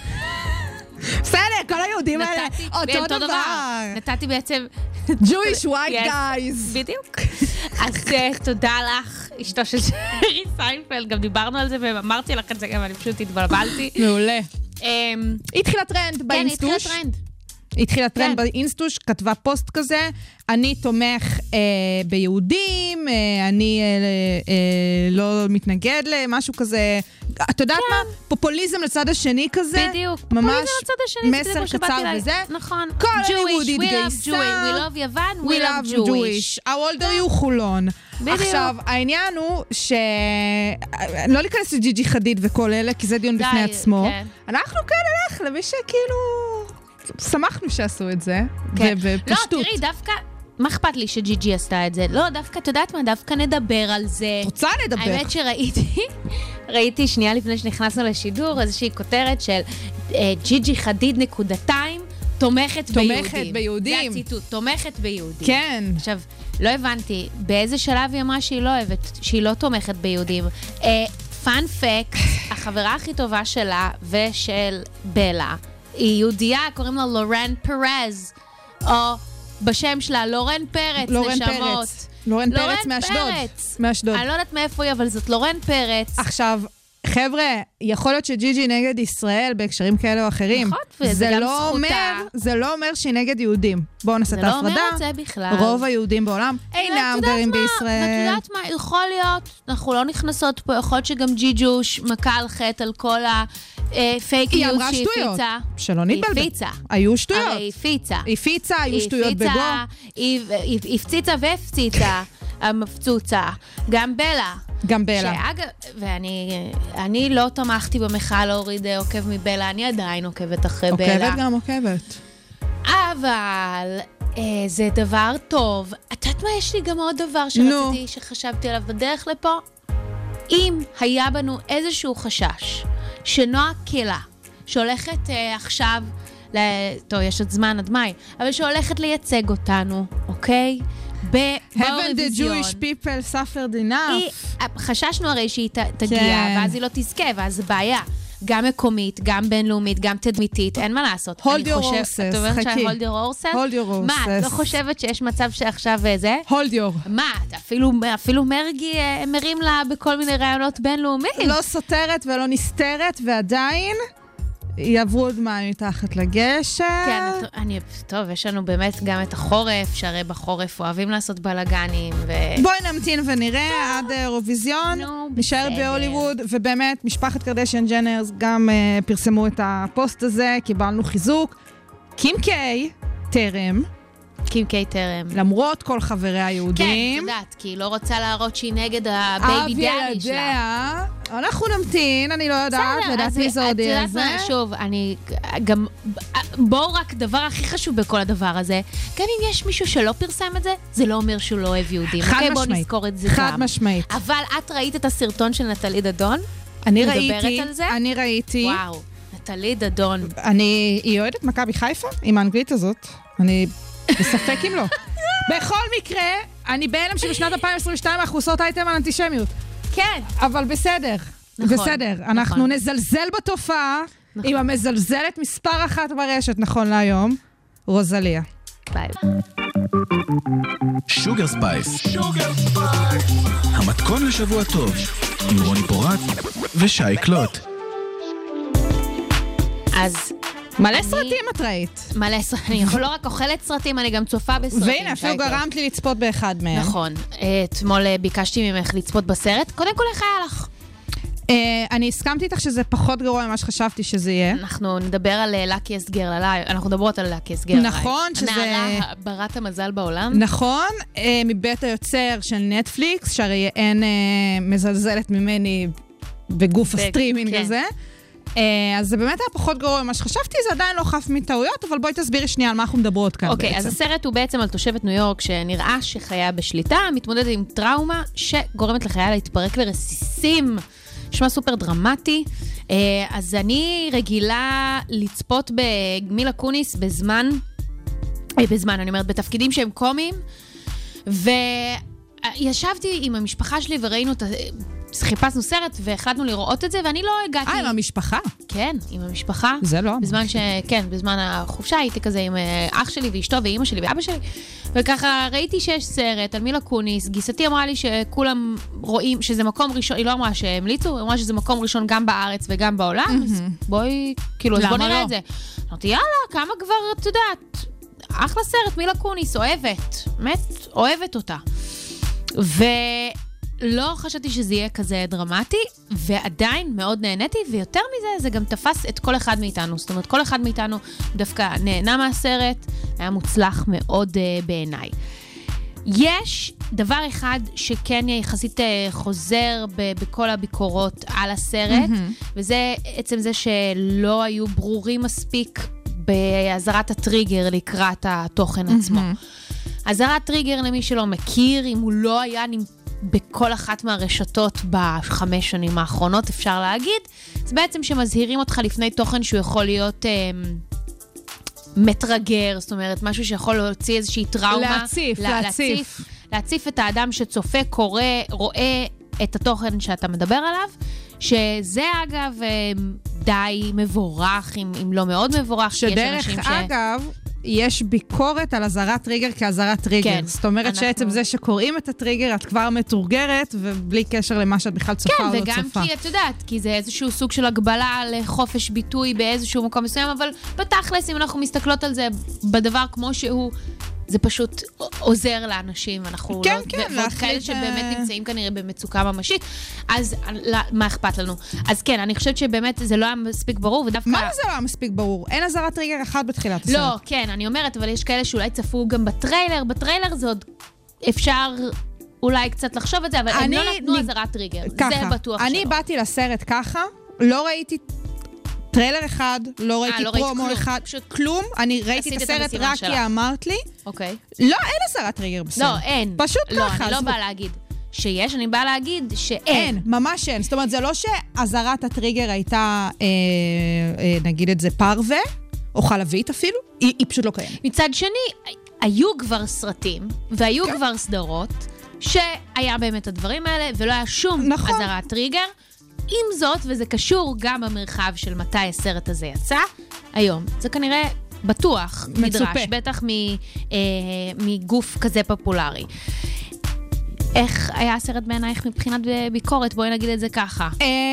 בסדר, כל היהודים האלה, אותו דבר. נתתי בעצם... Jewish white guys. בדיוק. אז תודה לך, אשתו של ג'רי סיינפלד, גם דיברנו על זה ואמרתי לך את זה, גם אני פשוט התבלבלתי. מעולה. היא התחילה טרנד באינסטוש. כן, היא התחילה טרנד. היא התחילה טרנד באינסטוש, כתבה פוסט כזה, אני תומך אה, ביהודים, אה, אני אה, אה, לא מתנגד למשהו כזה, את יודעת כן. מה? פופוליזם לצד השני כזה. בדיוק. ממש לצד השני, מסר קצר וזה. נכון. כל Jewish, היהודית we גייסה. love Jewish, we love יוון, we, we love love Jewish. How old are you חולון? בדיוק. עכשיו, העניין הוא ש... לא להיכנס לג'יג'י חדיד וכל אלה, כי זה דיון בפני עצמו. כן. אנחנו כאן נלך למי שכאילו... שמחנו שעשו את זה, כן. ובפשטות. לא, תראי, דווקא, מה אכפת לי שג'י-ג'י עשתה את זה? לא, דווקא, את יודעת מה, דווקא נדבר על זה. רוצה לדבר. האמת שראיתי, ראיתי שנייה לפני שנכנסנו לשידור, איזושהי כותרת של אה, ג'י-ג'י חדיד נקודתיים, תומכת ביהודים. תומכת ביהודים. זה הציטוט, תומכת ביהודים. כן. עכשיו, לא הבנתי, באיזה שלב היא אמרה שהיא לא אוהבת, שהיא לא תומכת ביהודים. פאנ פקט, החברה הכי טובה שלה ושל בלה, היא יהודייה, קוראים לה לורן פרז, או בשם שלה, לורן פרץ, לורן נשמות. פרץ. לורן פרץ מאשדוד. מאשדוד. אני לא יודעת מאיפה היא, אבל זאת לורן פרץ. עכשיו, חבר'ה, יכול להיות שג'י-ג'י נגד ישראל בהקשרים כאלה או אחרים. נכון, וזה גם לא זכותה. אומר, זה לא אומר שהיא נגד יהודים. בואו נעשה את ההפרדה. זה לא אומר את זה בכלל. רוב היהודים בעולם אינם גרים בישראל. את יודעת מה, יכול להיות, אנחנו לא נכנסות פה, יכול להיות שגם ג'י-ג'וש מכה על חטא על כל הפייק ניוז שהיא הפיצה. שלא נתבלבל. היא הפיצה. היו שטויות. הרי היא הפיצה. היא הפיצה, היו שטויות בגו. היא הפציצה והפציצה, המפצוצה. גם בלה. גם בלה. שאגב, ואני אני לא תמכתי במחאה להוריד עוקב מבלה, אני עדיין עוקבת אחרי בלה. עוקבת גם עוקבת. אבל אה, זה דבר טוב. את יודעת מה? יש לי גם עוד דבר שרציתי, no. שחשבתי עליו בדרך לפה. אם היה בנו איזשהו חשש, שנועה קלה, שהולכת אה, עכשיו, ל... טוב, יש עוד זמן עד מאי, אבל שהולכת לייצג אותנו, אוקיי? Haven't the Jewish people suffered enough? חששנו הרי שהיא תגיע, ואז היא לא תזכה, ואז זה בעיה. גם מקומית, גם בינלאומית, גם תדמיתית, אין מה לעשות. Hold your horses, את אומרת שה- hold your horses? Hold your horses. מה, את לא חושבת שיש מצב שעכשיו זה? Hold your. מה, אפילו, אפילו מרגי מרים לה בכל מיני רעיונות בינלאומיים. לא סותרת ולא נסתרת, ועדיין יעברו עוד מים מתחת לגשר. כן, אני, טוב, יש לנו באמת גם את החורף, שהרי בחורף אוהבים לעשות בלגנים. ו... בואי נמתין ונראה עד אירוויזיון, נשאר בהוליווד, ובאמת, משפחת קרדשיאן ג'נרס גם uh, פרסמו את הפוסט הזה, קיבלנו חיזוק. קים קיי, תרם. קים קיי תרם. למרות כל חבריה היהודים. כן, יודעת, כי היא לא רוצה להראות שהיא נגד הבייבי דאדי שלה. אנחנו נמתין, אני לא יודעת, לדעת מי זה הודיע על זה. את יודעת מה, שוב, אני גם, בואו רק דבר הכי חשוב בכל הדבר הזה, גם אם יש מישהו שלא פרסם את זה, זה לא אומר שהוא לא אוהב יהודים. חד משמעית. בואו נזכור את זה גם. חד משמעית. אבל את ראית את הסרטון של נטלי דדון? אני ראיתי. מדברת על זה? אני ראיתי. וואו, נטלי דדון. אני, היא אוהדת מכבי חיפה עם האנגלית הזאת. אני בספק אם לא. בכל מקרה, אני בהלם שבשנת אלפיים עשרים ושתיים אנחנו עושות אייטם על אנטישמיות. כן. אבל בסדר. נכון. בסדר. אנחנו נכון. נזלזל בתופעה נכון. עם המזלזלת מספר אחת ברשת נכון להיום, רוזליה. ביי. שוגר ספייס. המתכון לשבוע טוב. עם רוני פורט ושי קלוט. אז... מלא סרטים את ראית. מלא סרטים. אני לא רק אוכלת סרטים, אני גם צופה בסרטים. והנה, אפילו גרמת לי לצפות באחד מהם. נכון. אתמול ביקשתי ממך לצפות בסרט. קודם כל, איך היה לך? אני הסכמתי איתך שזה פחות גרוע ממה שחשבתי שזה יהיה. אנחנו נדבר על לקי אסגר ללייב. אנחנו מדברות על לקי אסגר ללייב. נכון, שזה... הנערה ברת המזל בעולם. נכון, מבית היוצר של נטפליקס, שהרי אין מזלזלת ממני בגוף הסטרימינג הזה. אז זה באמת היה פחות גרוע ממה שחשבתי, זה עדיין לא חף מטעויות, אבל בואי תסבירי שנייה על מה אנחנו מדברות כאן בעצם. אוקיי, אז הסרט הוא בעצם על תושבת ניו יורק שנראה שחיה בשליטה, מתמודדת עם טראומה שגורמת לחייה להתפרק לרסיסים, שמה סופר דרמטי. אז אני רגילה לצפות במילה קוניס בזמן, בזמן, אני אומרת, בתפקידים שהם קומיים, וישבתי עם המשפחה שלי וראינו את... חיפשנו סרט והחלטנו לראות את זה, ואני לא הגעתי... אה, עם המשפחה? כן, עם המשפחה. זה לא. בזמן ש... כן, בזמן החופשה הייתי כזה עם אח שלי ואשתו ואימא שלי ואבא שלי, וככה ראיתי שיש סרט על מילה קוניס, גיסתי אמרה לי שכולם רואים שזה מקום ראשון, היא לא אמרה שהמליצו, היא אמרה שזה מקום ראשון גם בארץ וגם בעולם, אז בואי, כאילו, אז בוא נראה את זה. אמרתי, יאללה, כמה כבר, את יודעת, אחלה סרט, מילה קוניס, אוהבת, באמת, אוהבת אותה. ו... לא חשבתי שזה יהיה כזה דרמטי, ועדיין מאוד נהניתי, ויותר מזה, זה גם תפס את כל אחד מאיתנו. זאת אומרת, כל אחד מאיתנו דווקא נהנה מהסרט, היה מוצלח מאוד uh, בעיניי. יש דבר אחד שכן יחסית uh, חוזר ב- בכל הביקורות על הסרט, mm-hmm. וזה עצם זה שלא היו ברורים מספיק בהזרת הטריגר לקראת התוכן mm-hmm. עצמו. הזרת טריגר למי שלא מכיר, אם הוא לא היה נמצא, בכל אחת מהרשתות בחמש שנים האחרונות, אפשר להגיד, זה בעצם שמזהירים אותך לפני תוכן שהוא יכול להיות אה, מטרגר, זאת אומרת, משהו שיכול להוציא איזושהי טראומה. להציף, לה, להציף. להציף. להציף את האדם שצופה, קורא, רואה את התוכן שאתה מדבר עליו, שזה אגב אה, די מבורך, אם, אם לא מאוד מבורך. שדרך אגב... ש... יש ביקורת על הזרת טריגר כהזרת טריגר. כן, זאת אומרת אנחנו... שעצם זה שקוראים את הטריגר, את כבר מתורגרת, ובלי קשר למה שאת בכלל צופה כן, או לא צופה. כן, וגם כי את יודעת, כי זה איזשהו סוג של הגבלה לחופש ביטוי באיזשהו מקום מסוים, אבל בתכלס, אם אנחנו מסתכלות על זה בדבר כמו שהוא, זה פשוט עוזר לאנשים, אנחנו כן, לא... כן, ועוד כאלה שבאמת נמצאים כנראה במצוקה ממשית, אז מה אכפת לנו? אז כן, אני חושבת שבאמת זה לא היה מספיק ברור, ודווקא... מה זה לא היה מספיק ברור? אין הזרת טריגר אחד בתחילת הסרט. לא, כן, אני אומרת, אבל יש כאלה שאולי צפו גם בטריילר, בטריילר זה עוד אפשר אולי קצת לחשוב את זה, אבל הם לא נתנו הזרת טריגר, זה בטוח שלא. אני באתי לסרט ככה, לא ראיתי... טריילר אחד, לא ראיתי פרומו אחד, כלום, אני ראיתי את הסרט רק כי אמרת לי. אוקיי. לא, אין הזרת טריגר בסרט. לא, אין. פשוט ככה. לא, אני לא באה להגיד שיש, אני באה להגיד שאין. אין, ממש אין. זאת אומרת, זה לא שהזרת הטריגר הייתה, נגיד את זה, פרווה, או חלבית אפילו, היא פשוט לא קיימת. מצד שני, היו כבר סרטים, והיו כבר סדרות, שהיה באמת הדברים האלה, ולא היה שום הזרת טריגר. עם זאת, וזה קשור גם במרחב של מתי הסרט הזה יצא, היום. זה כנראה בטוח מצופה. נדרש, בטח מ, אה, מגוף כזה פופולרי. איך היה הסרט בעינייך מבחינת ביקורת? בואי נגיד את זה ככה.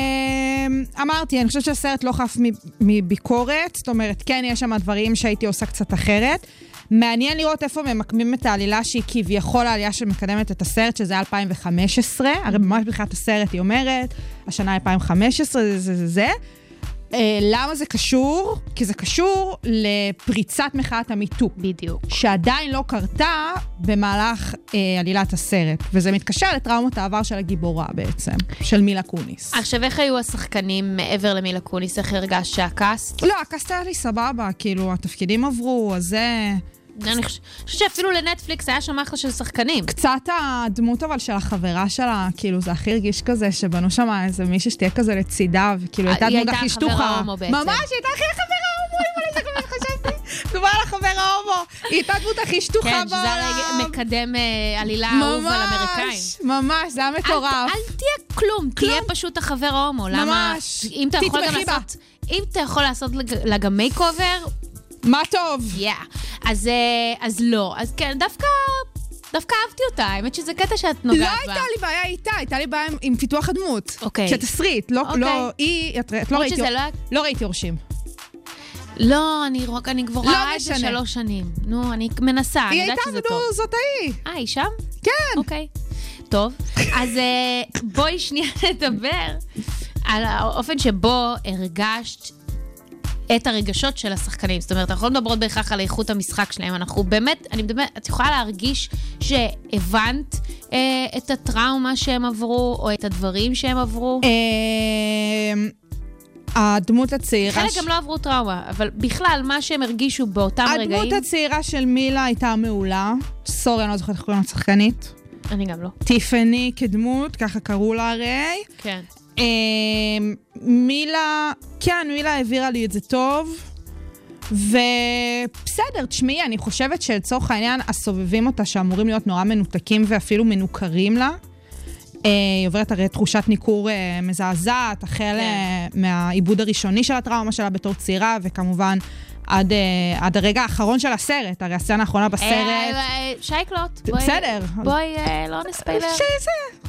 אמרתי, אני חושבת שהסרט לא חף מביקורת, זאת אומרת, כן, יש שם דברים שהייתי עושה קצת אחרת. מעניין לראות איפה ממקמים את העלילה שהיא כביכול העלייה שמקדמת את הסרט, שזה אלפיים וחמש עשרה, הרי ממש בכלל הסרט היא אומרת, השנה אלפיים וחמש עשרה, זה זה זה זה. למה זה קשור? כי זה קשור לפריצת מחאת המיטו. בדיוק. שעדיין לא קרתה במהלך אה, עלילת הסרט. וזה מתקשר לטראומות העבר של הגיבורה בעצם, של מילה קוניס. עכשיו, איך היו השחקנים מעבר למילה קוניס? איך הרגש שהקאסט? לא, הקאסט היה לי סבבה, כאילו, התפקידים עברו, אז זה... אני חושבת שאפילו לנטפליקס היה שם אחלה של שחקנים. קצת הדמות אבל של החברה שלה, כאילו זה הכי הרגיש כזה, שבנו שם איזה מישהו שתהיה כזה לצידה, וכאילו הייתה דמות הכי שטוחה. היא הייתה החבר ההומו בעצם. ממש, היא הייתה הכי החבר ההומו, אם אני זה כל כך חשבתי. דומה על החבר ההומו. היא הייתה דמות הכי שטוחה בעולם. כן, שזה מקדם עלילה אהוב על אמריקאים. ממש, זה היה מטורף. אל תהיה כלום, תהיה פשוט החבר ההומו. ממש. אם אתה יכול גם לעשות, אם אתה יכול לעשות לה גם מייק אובר, מה טוב? יא. אז, אז לא. אז כן, דווקא, דווקא אהבתי אותה. האמת שזה קטע שאת נוגעת בה. לא הייתה לי בעיה איתה, הייתה לי בעיה עם פיתוח הדמות. אוקיי. שתסריט, לא, לא, היא, את לא ראיתי, לא ראיתי יורשים. לא, אני רק, אני כבר רואה את זה שלוש שנים. נו, אני מנסה, אני יודעת שזה טוב. היא הייתה, זאת ההיא. אה, היא שם? כן. אוקיי. טוב. אז בואי שנייה נדבר על האופן שבו הרגשת את הרגשות של השחקנים. זאת אומרת, אנחנו לא מדברות בהכרח על איכות המשחק שלהם. אנחנו באמת, אני מדבר, את יכולה להרגיש שהבנת אה, את הטראומה שהם עברו, או את הדברים שהם עברו? אה, הדמות הצעירה... חלק גם לא עברו טראומה, אבל בכלל, מה שהם הרגישו באותם רגעים... הדמות הצעירה של מילה הייתה מעולה. סורי, אני לא זוכרת איך קוראים לשחקנית. אני גם לא. טיפני כדמות, ככה קראו לה הרי. כן. מילה, כן, מילה העבירה לי את זה טוב, ובסדר, תשמעי, אני חושבת שלצורך העניין, הסובבים אותה שאמורים להיות נורא מנותקים ואפילו מנוכרים לה, היא עוברת הרי תחושת ניכור מזעזעת, החל מהעיבוד הראשוני של הטראומה שלה בתור צעירה, וכמובן עד, עד הרגע האחרון של הסרט, הרי הסצנה האחרונה בסרט. שייקלוט, בסדר. בואי לא נספיילר. שזה.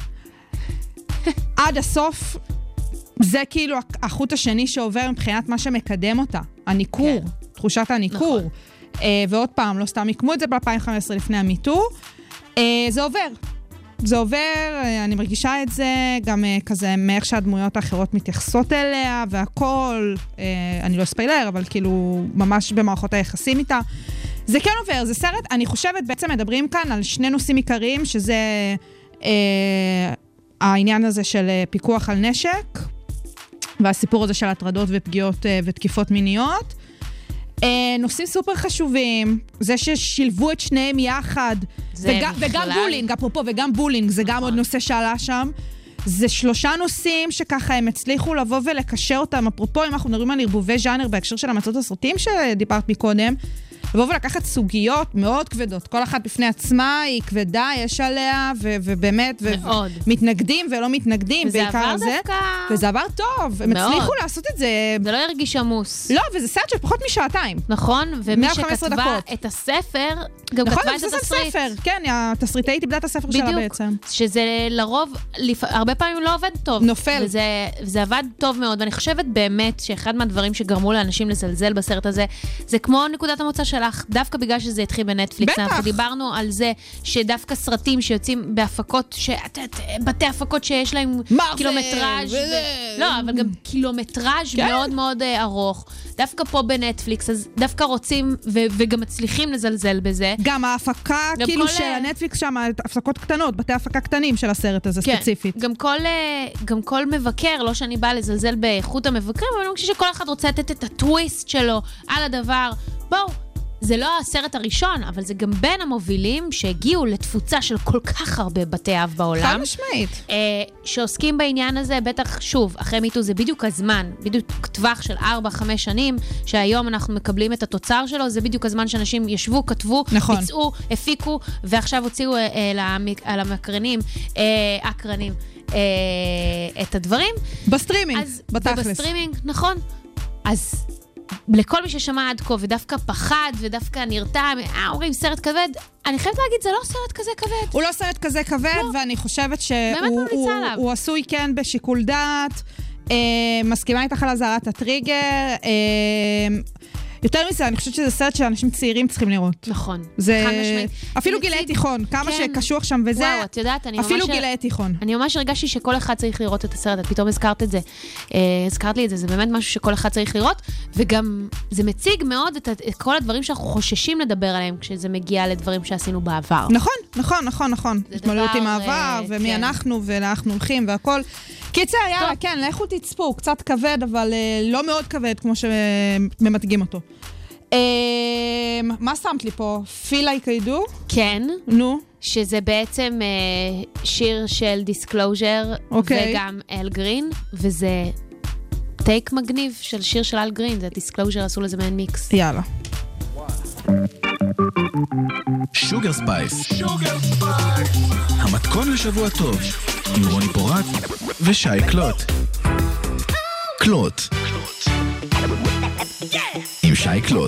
עד הסוף, זה כאילו החוט השני שעובר מבחינת מה שמקדם אותה, הניכור, כן. תחושת הניכור. נכון. אה, ועוד פעם, לא סתם יקמו את זה ב-אלפיים וחמש עשרה לפני המיטו. אה, זה עובר. זה עובר, אני מרגישה את זה, גם אה, כזה מאיך שהדמויות האחרות מתייחסות אליה, והכל, אה, אני לא ספיילר, אבל כאילו ממש במערכות היחסים איתה. זה כן עובר, זה סרט, אני חושבת, בעצם מדברים כאן על שני נושאים עיקריים, שזה... אה, העניין הזה של פיקוח על נשק, והסיפור הזה של הטרדות ופגיעות ותקיפות מיניות. נושאים סופר חשובים, זה ששילבו את שניהם יחד, וגם, וגם בולינג, אפרופו, וגם בולינג, זה גם עוד נושא שעלה שם. זה שלושה נושאים שככה הם הצליחו לבוא ולקשר אותם, אפרופו, אם אנחנו מדברים על ערבובי ז'אנר בהקשר של המצאות הסרטים שדיברת מקודם, לבוא ולקחת סוגיות מאוד כבדות. כל אחת בפני עצמה היא כבדה, יש עליה, ו- ובאמת, מאוד. מתנגדים ולא מתנגדים, בעיקר זה. דווקא... וזה עבר טוב. הם מאוד. הצליחו לעשות את זה. זה לא הרגיש עמוס. לא, וזה סרט של פחות משעתיים. נכון, ומי שכתבה דקות. את הספר, גם נכון, כתבה את התסריט. ספר. כן, התסריטאית איבדה את הספר בדיוק, שלה בעצם. שזה לרוב, לפ... הרבה פעמים לא עובד טוב. נופל. וזה, וזה עבד טוב מאוד, ואני חושבת באמת שאחד מהדברים שגרמו לאנשים לזלזל בסרט הזה, זה כמו נקודת המוצא שלך, דווקא בגלל שזה התחיל בנטפליקס. בטח. אנחנו דיברנו על זה שדווקא סרטים שיוצאים בהפקות, שאת, בתי הפקות שיש להם קילומטראז' ו... לא, אבל גם קילומטראז' כן. מאוד מאוד uh, ארוך. דווקא פה בנטפליקס, אז דווקא רוצים ו- וגם מצליחים לזלזל בזה. גם ההפקה, כאילו של הנטפליקס שם, הפסקות קטנות, בתי הפקה קטנים של הסרט הזה כן. ספציפית. גם כל, גם כל מבקר, לא שאני באה לזלזל באיכות המבקרים, אבל אני חושבת שכל אחד רוצה לתת את הטוויסט שלו על הדבר. בואו, זה לא הסרט הראשון, אבל זה גם בין המובילים שהגיעו לתפוצה של כל כך הרבה בתי אב בעולם. חד משמעית. אה, שעוסקים בעניין הזה, בטח, שוב, אחרי מיטו זה בדיוק הזמן, בדיוק טווח של ארבע, חמש שנים, שהיום אנחנו מקבלים את התוצר שלו, זה בדיוק הזמן שאנשים ישבו, כתבו, נכון. ביצעו, הפיקו, ועכשיו הוציאו אה, על המקרנים, אה, אקרנים, אה, את הדברים. בסטרימינג, אז, בתכלס. ובסטרימינג, נכון. אז... לכל מי ששמע עד כה, ודווקא פחד, ודווקא נרתע, אה, אומרים סרט כבד, אני חייבת להגיד, זה לא סרט כזה כבד. הוא לא סרט כזה כבד, לא. ואני חושבת שהוא הוא, הוא עשוי כן בשיקול דעת, אה, מסכימה איתך על הזהרת הטריגר, אה, יותר מזה, אני חושבת שזה סרט שאנשים צעירים צריכים לראות. נכון. זה אפילו גילי תיכון, כמה שקשוח שם וזה, וואו, את יודעת, אני אפילו גילי תיכון. אני ממש הרגשתי שכל אחד צריך לראות את הסרט, את פתאום הזכרת את זה, הזכרת לי את זה, זה באמת משהו שכל אחד צריך לראות, וגם זה מציג מאוד את כל הדברים שאנחנו חוששים לדבר עליהם, כשזה מגיע לדברים שעשינו בעבר. נכון, נכון, נכון, נכון. התמלאות עם העבר, ומי אנחנו, ואנחנו הולכים, והכל. קיצר, יאללה, כן, לכו תצפו, קצת כבד, אבל לא מאוד כבד, כמו שממתגים אותו. מה שמת לי פה? Feel Like I Do? כן. נו. שזה בעצם שיר של Disclosure, וגם אל גרין, וזה טייק מגניב של שיר של אל גרין, זה Disclosure, עשו לזה מעין מיקס. יאללה. שוגר ספייס. המתכון לשבוע טוב, עם רוני פורט ושי קלוט. קלוט. עם שי קלוט.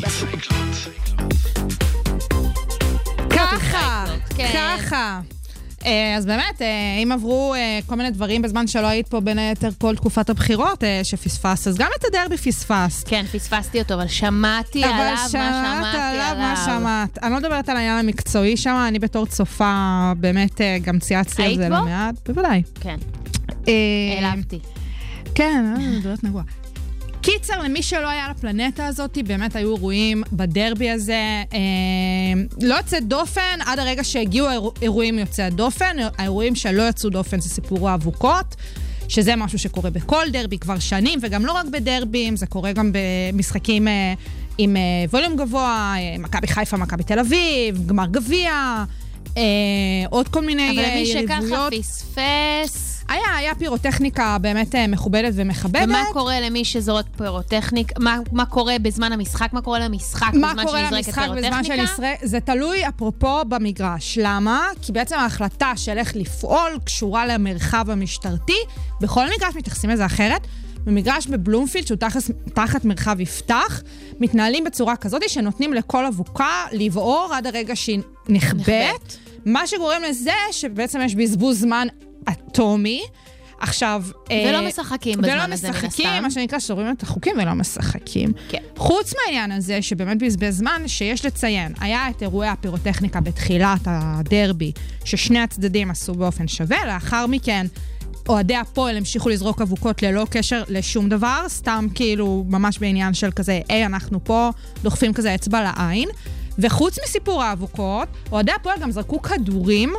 ככה, ככה. אז באמת, אם עברו כל מיני דברים בזמן שלא היית פה בין היתר כל תקופת הבחירות שפספסת, אז גם את הדרבי פספסת. כן, פספסתי אותו, אבל שמעתי עליו מה שמעתי עליו. מה שמעת. אני לא מדברת על העניין המקצועי שם, אני בתור צופה באמת גם צייצתי על זה לא מעט. בוודאי. כן. העלבתי. כן, אני מדברת נגוע. קיצר, למי שלא היה לפלנטה הזאת, באמת היו אירועים בדרבי הזה, אה, לא יוצא דופן, עד הרגע שהגיעו אירועים יוצא דופן, האירועים שלא יצאו דופן זה סיפור האבוקות, שזה משהו שקורה בכל דרבי כבר שנים, וגם לא רק בדרבים, זה קורה גם במשחקים אה, עם אה, ווליום גבוה, אה, מכבי חיפה, מכבי תל אביב, גמר גביע, אה, עוד כל מיני יריבויות. אבל מי שככה פספס... היה, היה פירוטכניקה באמת מכובדת ומכבדת. ומה קורה למי שזורק פירוטכניקה? מה, מה קורה בזמן המשחק? מה קורה למשחק בזמן שנזרקת פירוטכניקה? מה קורה למשחק זה תלוי אפרופו במגרש. למה? כי בעצם ההחלטה של איך לפעול קשורה למרחב המשטרתי. בכל מגרש מתייחסים לזה אחרת. במגרש בבלומפילד, שהוא תחת, תחת מרחב יפתח, מתנהלים בצורה כזאת שנותנים לכל אבוקה לבעור עד הרגע שהיא נחבאת. מה שגורם לזה שבעצם יש בזבוז זמן אטומי. עכשיו... ולא משחקים בזמן הזה מן הסתם. ולא משחקים, מה שנקרא, שרואים את החוקים ולא משחקים. כן. חוץ מהעניין הזה, שבאמת בזבז זמן, שיש לציין, היה את אירועי הפירוטכניקה בתחילת הדרבי, ששני הצדדים עשו באופן שווה, לאחר מכן, אוהדי הפועל המשיכו לזרוק אבוקות ללא קשר לשום דבר, סתם כאילו ממש בעניין של כזה, היי, אנחנו פה, דוחפים כזה אצבע לעין, וחוץ מסיפור האבוקות, אוהדי הפועל גם זרקו כדורים,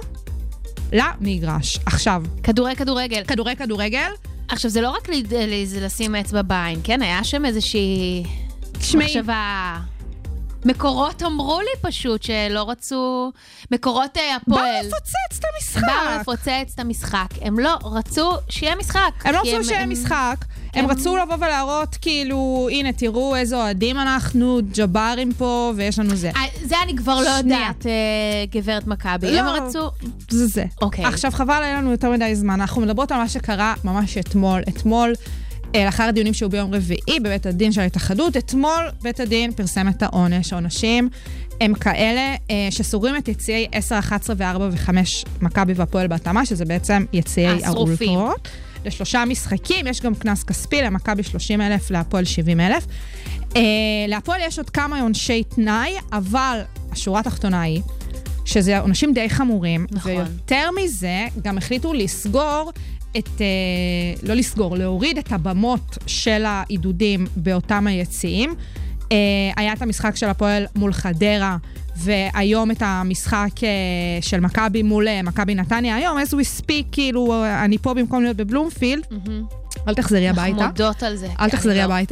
למגרש. עכשיו. כדורי כדורגל. כדורי כדורגל. עכשיו, זה לא רק לשים אצבע בעין, כן? היה שם איזושהי מחשבה... מקורות אמרו לי פשוט שלא רצו... מקורות הפועל... באו לפוצץ את המשחק. באו לפוצץ את המשחק. הם לא רצו שיהיה משחק. הם לא רצו שיהיה משחק. הם רצו לבוא ולהראות כאילו, הנה, תראו איזה אוהדים אנחנו, ג'ברים פה, ויש לנו זה. זה אני כבר לא יודעת, גברת מכבי. הם רצו... זה זה. אוקיי. עכשיו, חבל, היה לנו יותר מדי זמן. אנחנו מדברות על מה שקרה ממש אתמול. אתמול, לאחר הדיונים שהיו ביום רביעי, בבית הדין של ההתאחדות, אתמול בית הדין פרסם את העונש. העונשים הם כאלה שסוגרים את יציאי עשר, אחת עשרה ו-ארבע וחמש מכבי והפועל בהתאמה, שזה בעצם יציאי האולטרות. לשלושה משחקים, יש גם כנס כספי, למכבי שלושים אלף, להפועל שבעים אלף. אה, להפועל יש עוד כמה עונשי תנאי, אבל השורה התחתונה היא, שזה עונשים די חמורים, נכון. ויותר מזה, גם החליטו לסגור את, אה, לא לסגור, להוריד את הבמות של העידודים באותם היציאים. אה, היה את המשחק של הפועל מול חדרה, והיום את המשחק של מכבי מול מכבי נתניה. היום, as we speak, כאילו, אני פה במקום להיות בבלומפילד. אל תחזרי הביתה. אנחנו מודות על זה. אל תחזרי הביתה.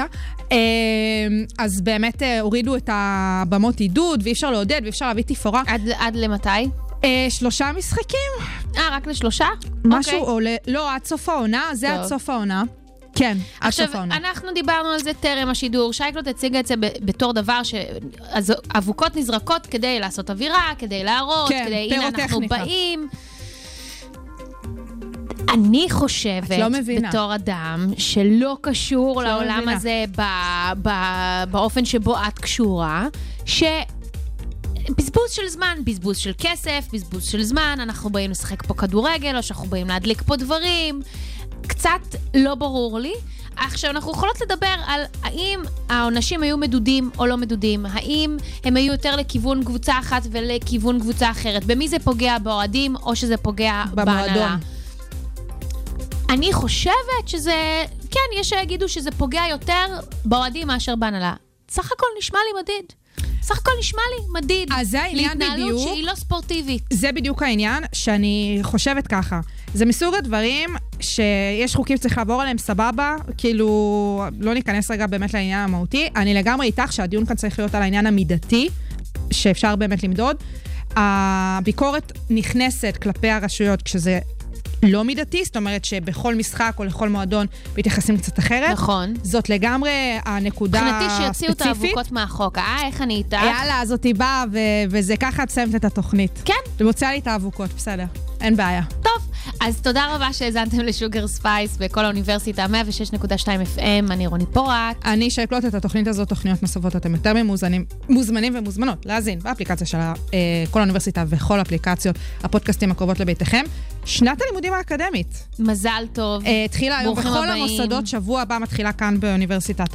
אז באמת הורידו את הבמות עידוד, ואי אפשר לעודד, ואי אפשר להביא תפאורה. עד למתי? שלושה משחקים. אה, רק לשלושה? משהו עולה, לא, עד סוף העונה, זה עד סוף העונה. כן, עד סוף העונה. עכשיו, אנחנו דיברנו על זה טרם השידור. שייקלוט הציגה את זה בתור דבר שאבוקות נזרקות כדי לעשות אווירה, כדי להראות, כדי, הנה אנחנו באים. אני חושבת, לא מבינה. בתור אדם שלא קשור לא לעולם מבינה. הזה ב- ב- באופן שבו את קשורה, ש... בזבוז של זמן, בזבוז של כסף, בזבוז של זמן, אנחנו באים לשחק פה כדורגל, או שאנחנו באים להדליק פה דברים, קצת לא ברור לי. עכשיו, אנחנו יכולות לדבר על האם העונשים היו מדודים או לא מדודים, האם הם היו יותר לכיוון קבוצה אחת ולכיוון קבוצה אחרת, במי זה פוגע באוהדים או שזה פוגע בהנהלה. אני חושבת שזה, כן, יש שיגידו שזה פוגע יותר באוהדים מאשר בהנהלה. סך הכל נשמע לי מדיד. סך הכל נשמע לי מדיד. אז זה העניין בדיוק. להתנהלות שהיא לא ספורטיבית. זה בדיוק העניין שאני חושבת ככה. זה מסוג הדברים שיש חוקים שצריך לעבור עליהם סבבה, כאילו לא ניכנס רגע באמת לעניין המהותי. אני לגמרי איתך שהדיון כאן צריך להיות על העניין המידתי, שאפשר באמת למדוד. הביקורת נכנסת כלפי הרשויות כשזה לא מידתי, זאת אומרת שבכל משחק או לכל מועדון מתייחסים קצת אחרת. נכון. זאת לגמרי הנקודה הספציפית. מבחינתי שיוציאו את האבוקות מהחוק. אה, איך אני איתך? יאללה, אז אותי באה, ו- וזה ככה את סיימת את התוכנית. כן. ומוציאה לי את האבוקות, בסדר. אין בעיה. טוב, אז תודה רבה שהזנתם לשוגר ספייס בכל האוניברסיטה, מאה ושש נקודה שתיים אף אם, אני רוני פורט. אני שיקלוט את התוכנית הזאת, תוכניות נוספות, אתם יותר ממוזנים, מוזמנים ומוזמנות להזין באפליקציה של כל האוניברסיטה וכל אפליקציות הפודקאסטים הקרובות לביתכם. שנת הלימודים האקדמית. מזל טוב. התחילה היום בכל המוסדות, שבוע הבא מתחילה כאן באוניברסיטת